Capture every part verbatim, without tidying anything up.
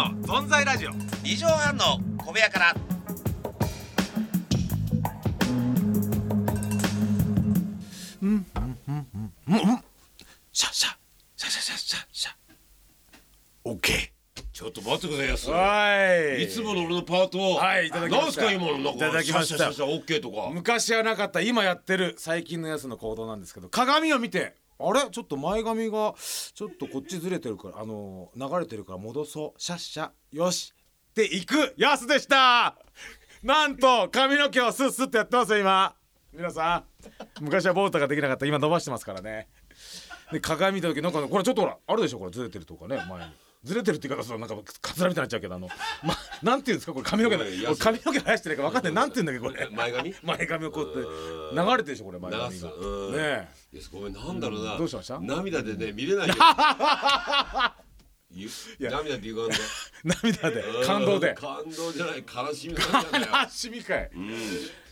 の存在ラジオ二畳半の小部屋から。 うんうんうんうんうんシャシャシャシャシャシャシャオッケー。 ちょっと待ってくださいやす。 はいいつもの俺のパートを。 はいいただきました。 なんすか今のなんかいただきました。 シャシャシャシャオッケーとか。 昔はなかった今やってる最近のやつの行動なんですけど、鏡を見てあれちょっと前髪がちょっとこっちずれてるからあの流れてるから戻そうシャッシャよしっていくやすでした。なんと髪の毛をスッスッってやってますよ今。皆さん昔はボータができなかった今伸ばしてますからね。で鏡見た時なんかこれちょっとほらあるでしょこれずれてるとかね前にずれてるって言い方するとなんかカツラみたいになっちゃうけどあの、ま、なんていうんですかこれ髪の毛だ髪の毛生やしてないか分かんないなんていうんだっけこれ前髪前髪をこうやって流れてるでしょこれ前髪が流す。 ねえいやごめんなんだろうな、 うんどうしました涙でね見れないよゆ涙で歪んで涙で感動で感動じゃない悲しみの涙だよ悲しみかい、 うん、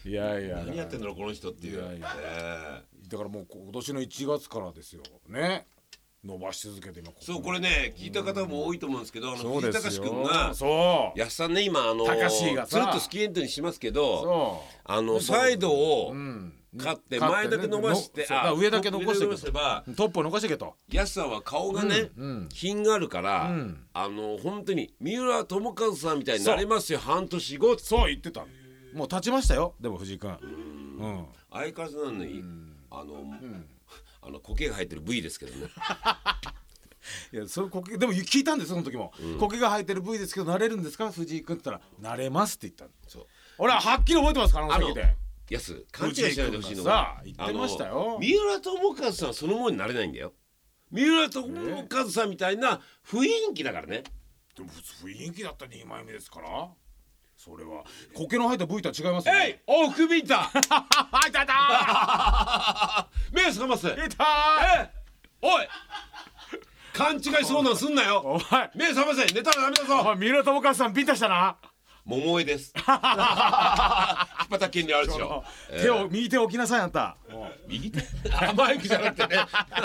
いやいや何やってんだろうこの人っていう。 いやいやえだからもう今年のいちがつからですよね伸ばし続けて今ここそうこれね聞いた方も多いと思うんですけど、あの藤井隆君がそうやっさんね今あの高志がさずっとスキンヘッドにしますけどそうあのサイドをうん買って前だけ伸ばしてそうだから上だけ残して上だけ伸ばせばトップを残してけとやすさんは顔がね、 うんうん品があるから、 うん、 あの本当に三浦友和さんみたいになれますよ半年後。 そう言ってた。もう立ちましたよでも藤井君。うん、 相変わらずなのに、うん、あの、うん、あの苔が生えてる部位ですけどねいやそれ苔でも聞いたんですその時も、うん、苔が生えてる部位ですけど慣れるんですか藤井君って言ったら慣れますって言ったの。そう俺ははっきり覚えてますからあの席でやす勘違いしないでほしいのが言ってましたよ。 三浦友和さんはそのものになれないんだよ。三浦友和さんみたいな雰囲気だからね。 でも雰囲気だったらにまいめですからそれは苔の生えた部位とは違いますよね。えいおふくびんたいたいた目覚ませ。 いたえおい勘違いそうなんすんなよ。お前目覚ませ寝たらダメだぞ。 おい三浦友和さんビンタしたな。 桃江です引っ張った権利あるでしょ。 手を、えー、右手を置きなさいあんた。 右手マイクじゃなくてね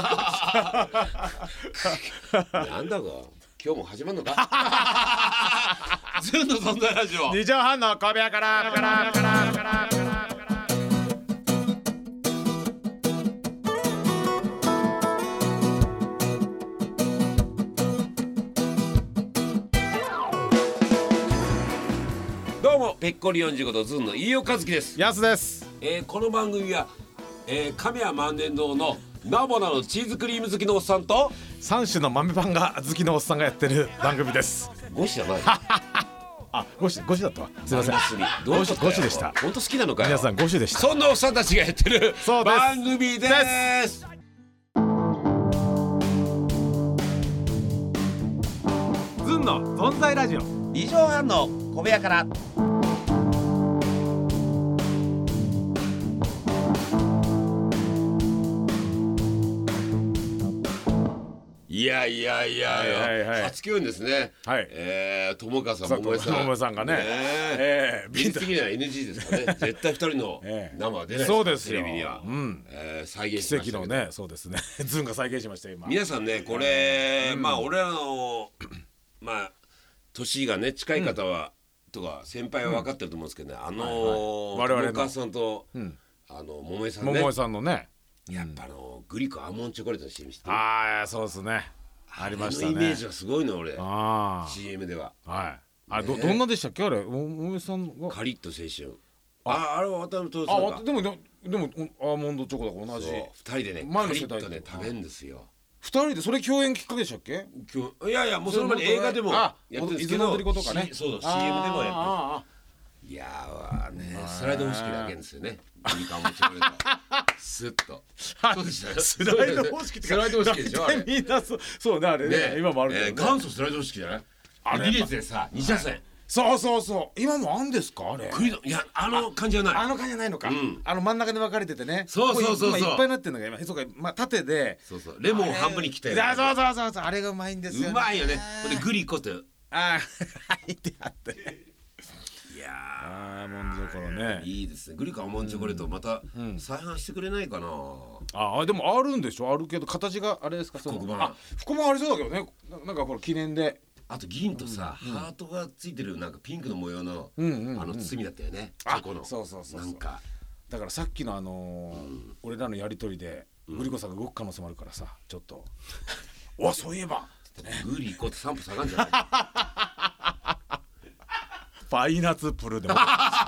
なんだか今日も始まるのかズンの存在ラジオ二畳半の小部屋からからからからどうもぺっこりよんじゅうごどズンの飯尾和樹です。 やすです、 えー、この番組は、えー、神谷万年堂のナボナのチーズクリーム好きのおっさんとさん種の豆パンが好きのおっさんがやってる番組です。 ごしじゃないあ、ごし、ごしだったわ。すいません。 ごし、ごしでした。 本当好きなのかよ。 皆さんごしでした。 そんなおっさんたちがやってる番組です。 ズンの存在ラジオ二畳半の小部屋から。いやいやいや、はいはいはい、初共演ですね。はい。えー、友川さん、桃江さん、 桃江さんがね、 ええー、現実的には エヌジー ですからね。絶対二人の生は出ないです。 そうですよ。 テレビには、うん、えー、再現しましたけど。 奇跡のね、そうですね。ズンが再現しました今。 皆さんね、これ、まあ俺らのまあ年がね近い方は、とか先輩は分かってると思うんですけどね、あの友川さんとあの桃江さんね、 桃江さんのね。 やっぱあのグリコアーモンドチョコレートの シーエム してる。 ああそうですね。ありましたね。 イメージがすごいの俺。あ シーエム では。 はい。あどどんなでしたっけあれ。桃江さんがカリッと青春。ああれは渡辺徹さんか。あでもでもアーモンドチョコだから同じ。 二人でねカリッとね食べるんですよ。 二人でそれ共演きっかけでしたっけ？ いやいやもうその前に映画でもやってるんですけど。 そうだ シーエム でもやって。いやーねスライド方式だけですよね。いいかもちろんスッとそうでしたよ。 スライド方式ってスライド方式でしょあれ。 みんなそうそうねあれね今もあるけど元祖スライド方式じゃない。二列でさ二車線。 そうそうそう今もあんですかあれ。 いやあの感じじゃない。 あの感じじゃないのか。あの真ん中で分かれててね。 そうそうそうそう。 いっぱいになってるのが今そうかまあ縦で。 そうそうレモン半分に切ったやつ。そうそうそうそうあれがうまいんですよ。 うまいよね。これグリコってああ入ってあって。 いやーアーモンドチョコねいいですね。グリコアーモンドチョコレートまた再販してくれないかな。 ああでもあるんでしょ。あるけど形があれですか。 複版。 あ複版ありそうだけどね。なんかこれ記念であと銀とさ、 うん、 ハートがついてるなんかピンクの模様の、 うんうんうん、 あの包みだったよね。 あ、 チョコのそうそうそうそう、 なんかだからさっきのあのーうん、俺らのやりとりでグリコさんが動く可能性もあるからさ、ちょっとおそういえばってね、 グリコってさんぷ下がんじゃないパイナツプルでも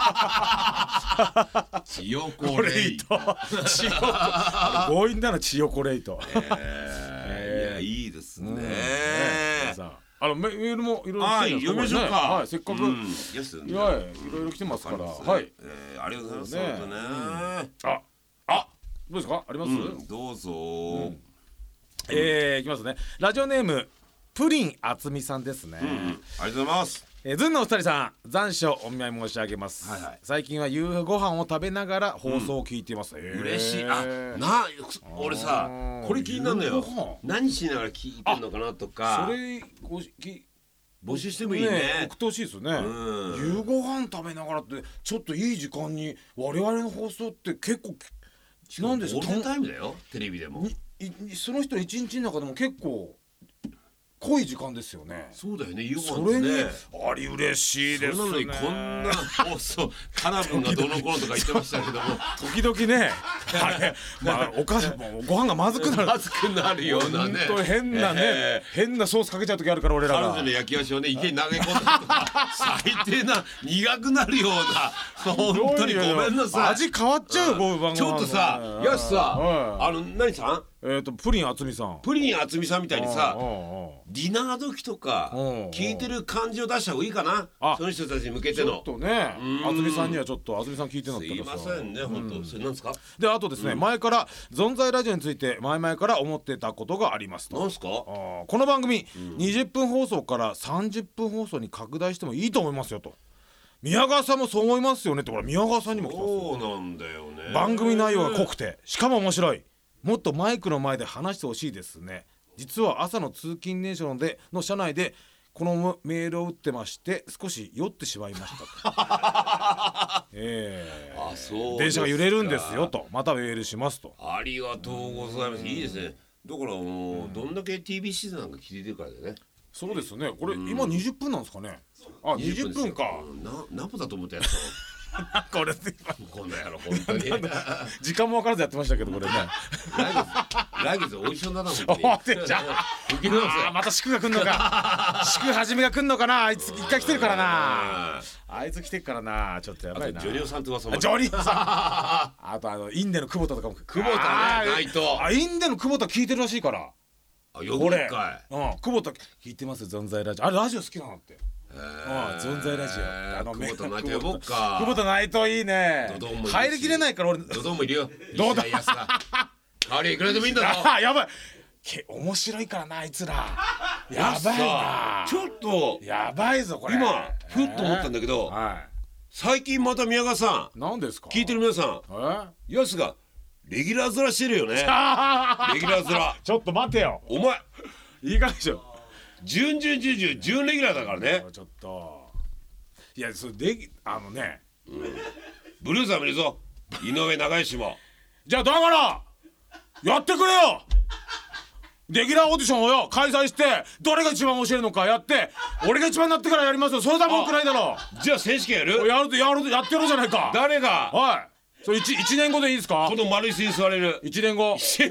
チヨコレイトチヨコ強引だな、チヨコレイト、 えーえー、いやいいですね、うんね、 あのメールもいろいろ来てるんですか、読みましょうか、 はい、せっかく、うん、いやいろいろ来てますから、はい、 えー、ありがとうございます、ね、 ああどうですか、あります、うん、 どうぞ、 うん、えー、いきますね。ラジオネームプリンあつみさんですね、うん、 ありがとうございます。 えー、ずんのお二人さん、残暑お見舞い申し上げます、はいはい、最近は夕ご飯を食べながら放送を聞いています、うん、えー、 嬉しい。あな俺さこれ気になるのよ、何しながら聞いてんのかなとか、 それごき募集してもいいね、 ね、送ってほしいですよね、うん、夕ご飯食べながらってちょっといい時間に我々の放送って結構なんでしょう、ゴールデンタイムだよ、テレビでもその人の一日の中でも結構濃い時間ですよね。 そうだよね、夕ご飯それにあり嬉しいですね。 それなのにこんな放送カナブンがどの頃とか言ってましたけども時々ねあれ、まあ、おかずもご飯がまずくなるまずくなるようなね、 本当変なね、えー、変なソースかけちゃう時あるから俺らが彼女の焼き足をね池に投げ込んだとか最低な苦くなるような本当にごめんなさい、 味変わっちゃうよ、こういう番組ちょっとさよしさ、あの何さんえーとプリンあつみさんプリンあつみさんみたいにさディナー時とか聞いてる感じを出した方がいいかな、その人たちに向けての。 ちょっとね、あつみさんにはちょっとあつみさん聞いてなかったらさ、すいませんね、本当それなんですか。 であとですね、前から存在ラジオについて前々から思ってたことがありますと。 なんすか。 この番組にじゅっぷん放送からさんじゅっぷん放送に拡大してもいいと思いますよと。宮川さんもそう思いますよねって。ほら宮川さんにも来てますよ。 そうなんだよね。 番組内容が濃くてしかも面白い、もっとマイクの前で話してほしいですね。実は朝の通勤電車のでの車内でこのメールを打ってまして少し酔ってしまいましたと、えー、 あそう電車が揺れるんですよと、またメールしますと。 ありがとうございます、いいですね。だからもう、うん、どんだけ ティービー シーズンなんか聞いてるからだよね。 そうですよね。これ、うん、今にじゅっぷんなんですかね。あにじゅっぷんか、 うん、なナポだと思ったやつこれこんなやろ本当に時間も分からずやってましたけどこれね来月オーディションだな本当に。じゃあまた祝が来んのか祝はじめが来んのかな。あいつ一回来てるからな、あいつ来てるからな、ちょっとやばいな。 ジョニオさんと噂もジョニオさんあとあのインデの久保田とかも久保田ね、ナイトあインデの久保田聞いてるらしいから。 あよく一回うん久保田聞いてますよ、存在ラジオ。あれラジオ好きなのって。ああ存在ラジオ、あの久保田ナイト呼ぼっか。 久保田ナイトいいね。入りきれないから俺ドドンもいるよ。どうだやつだ代わりいくらでもいいんだぞ。 あやばいけ面白いからなあいつら。やばいな、 ちょっとやばいぞこれ。 今ふっと思ったんだけど、はい、最近また宮川さん何ですか聞いてる皆さん、やすがレギュラー面してるよねレギュラー面ちょっと待てよお前いいかでしょ。 準々準々準レギュラーだからね。 ちょっといやそれであのね、 うん、ブルーザーもいるぞ井上長吉も。 じゃあだからやってくれよ。レギュラーオーディションをよ開催してどれが一番教えるのかやって俺が一番になってからやりますよ。それだもんくらいだろ。 じゃあ選手権やるやるとやるとやってやろうじゃないか。 誰が。 はいそれ 1, 1年後でいいですか。 この丸い椅子に座れるいちねんごち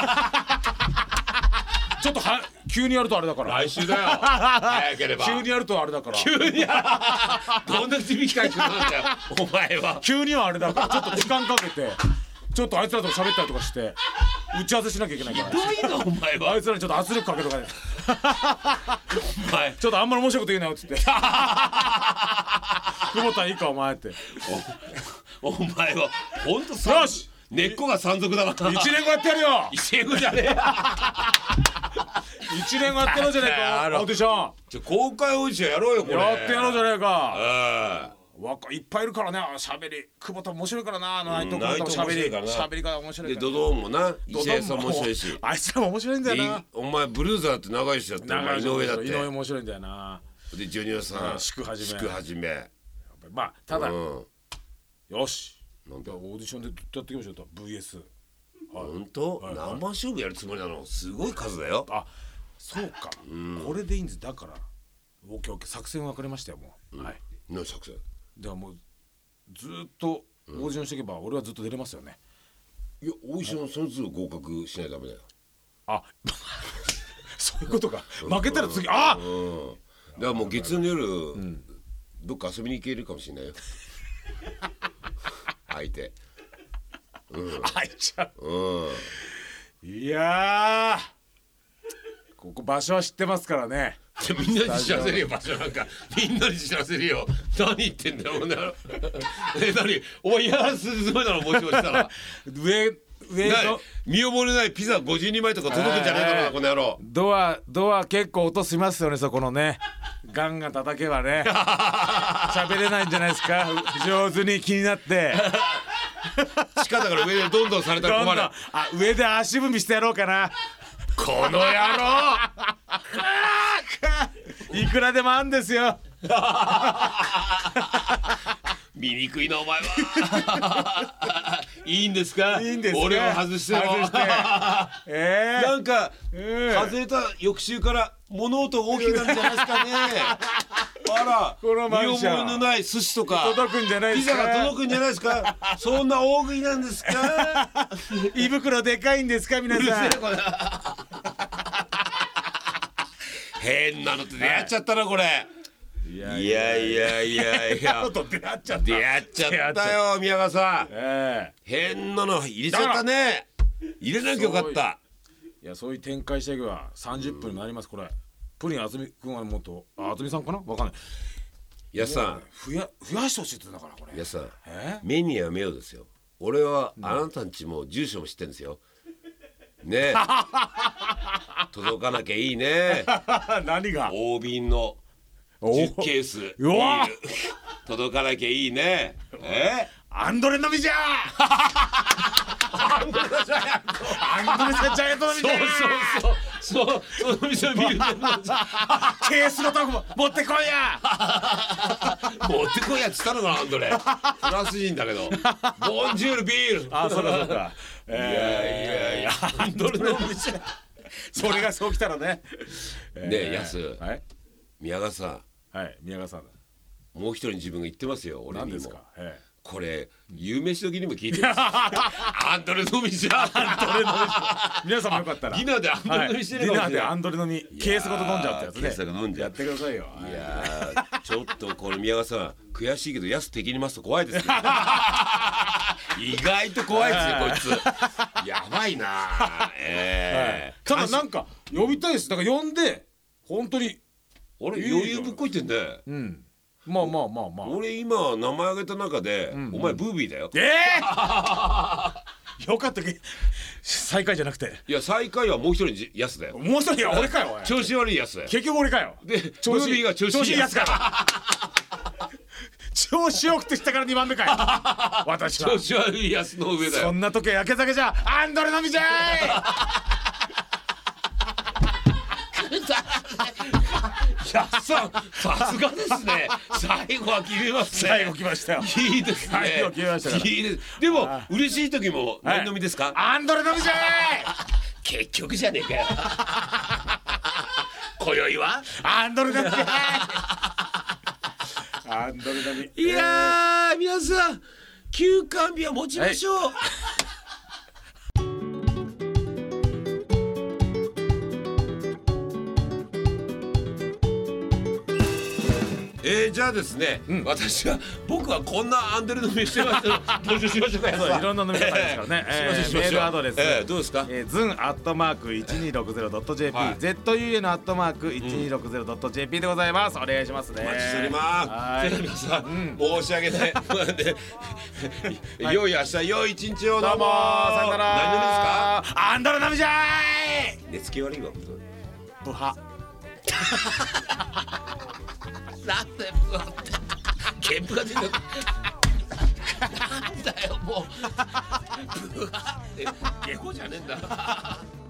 ょっとは急にやるとあれだから。 来週だよ早ければ急にやるとあれだから。 急にどんな響き返しなんだよお前は。 急にはあれだからちょっと時間かけてちょっとあいつらと喋ったりとかして打ち合わせしなきゃいけないから。 ひどいなお前は。 あいつらにちょっと圧力かけとかねお前ちょっとあんまり面白いこと言うなよっつって久保田いいかお前ってお, お前はほんとさ。よし根っこが山賊だからいちねんごやってやるよ。 いちねんごじゃねえいちねんごやってやろうじゃねえかオーディション。 ちょ公開オーディションやろうよこれ。 やってやろうじゃねえか。 えーいっぱいいるからね。しゃべり久保田面白いからな。ナイト久保田もしゃべりしゃべりが面白いから。 でドドンもな石井さん面白いしあいつらも面白いんだよな。 お前ブルーザーって長い人だって井上だって井上面白いんだよな。 でジョニオさん祝はじめ祝はじめまあただよしなんだオーディションでやってきましょうと ブイエス。 本当生勝負やるつもりなの。すごい数だよ。 あそうかこれでいいんです。だからオッケーオッケー、作戦分かりましたよもう、 うん、 はい。 何作戦？ ではもうずっとオーディションしていけば俺はずっと出れますよね。 いやオーディションその都度合格しないとダメだよ。 あそういうことか。負けたら次、あ、 うん、だからもう月曜の夜、うん、どっか遊びに行けるかもしれないよ相手、 うん、開いちゃう、 うん、 いやここ場所は知ってますからね。 みんなに知らせるよ場所なんかみんなに知らせるよ。何言ってんだよお前え何お前いやすごいだろもしもしたら上上の見覚えないピザごじゅうにまいとか届くんじゃないかな、えー、この野郎。 ドアドア結構音しますよねそこのね。ガンガン叩けばね喋れないんじゃないですか上手に気になって地下だから上でどんどんされたら困る。 あ上で足踏みしてやろうかなこの野郎いくらでもあんですよ醜いなお前はいいんですか。 いいんですか。 俺を外しても外して、えー、 なんか、 えー、 外れた翌週から物音大きくなるんじゃないですかねあらこのマンション見覚えのない寿司とか届くんじゃないですか。 ピザが届くんじゃないですかそんな大食いなんですか胃袋でかいんですか皆さん変なのって出会っちゃったなこれ。いやいやいやいやいや出会っちゃった出会っちゃったよ宮川さん、 えー、 変なの入れちゃったね。入れなきゃよかった。 いやそういう展開していけばさんじゅっぷんになります。これプリンあずみくんはもっとあずみさんかなわかんない。 やすさん増や増やしてほしいって言うんだからこれ。 やすさんえー、 目には目をですよ。俺はあなたんちも住所も知ってるんですよね届かなきゃいいね何が大瓶のじゅっケースビール届かなきゃいいね。えアンドレのみじゃアンドレのジャイアントアンドレさんジャイアントのみじゃそうそうそうそうその店のビールケースのとこ持ってこいや持ってこいやっつったのかなアンドレフランス人だけどボンジュールビールあそうかそうかいやいやいやアンドレのみじゃそれがそうきたらねねえやすはい宮川さんはい宮川さんもう一人自分が言ってますよ俺にも。何ですか、ええ、 これ夕飯時にも聞いてますアンドレ飲みじゃんアンドレ飲み皆さんもよかったらディナーでアンドレ飲みしてるかもしれない、 はい、ディナーでアンドレ飲みケースごと飲んじゃうってやつね。 ケースが飲んじゃうやってくださいよ。 いやちょっとこの宮川さん悔しいけど安敵にますと怖いですよ意外と怖いですよこいつやばいなえー、はい、ただなんか呼びたいです。だから呼んで本当に俺余裕ぶっこいてんね。 うんまあまあまあまあ俺今名前挙げた中で、うんうん、お前ブービーだよ。 ええー、よかったけ最下位じゃなくて。 いや最下位はもう一人ヤスだよ。 もう一人は俺かよおい調子悪いヤスだよ。 結局俺かよ。 でブービーが調子いいヤスか調子よくて下からにばんめかよ私は調子悪いヤスの上だよ。 そんな時は焼け酒じゃアンドレのみじゃいやっさんさすがですね。最後は決めますね。 最後来ましたよ。 いいですね。 最後決めましたから。 いいです。でも嬉しい時も何飲みですか、はい、 アンドレ飲みじゃい結局じゃねえかよ今宵はアンドレ飲みじゃいアンドレ飲み。 いやー皆さん休館日は持ちましょう、はいえー、じゃあですね、うん、私は僕はこんなアンドレ飲みしてます募集しましょうか。 そういろんな飲み方ですからね、えーえー、メールアドレス、 えー、どうですか、 えー、ズンアットマーク いちにろくゼロドットジェーピー、はい、ゼットユーエヌ アットマーク いちにろくゼロドットジェーピー でございます。お願いしますね。 お待ちしております。はい皆さん、うん、申し訳ない良い明日良い一日を。どうもさよなら。 何飲みですか。 アンドレ飲みじゃい。 寝つき悪いわブハなんでブハってケンプが出てるなんだよもうブハってゲホじゃねえんだ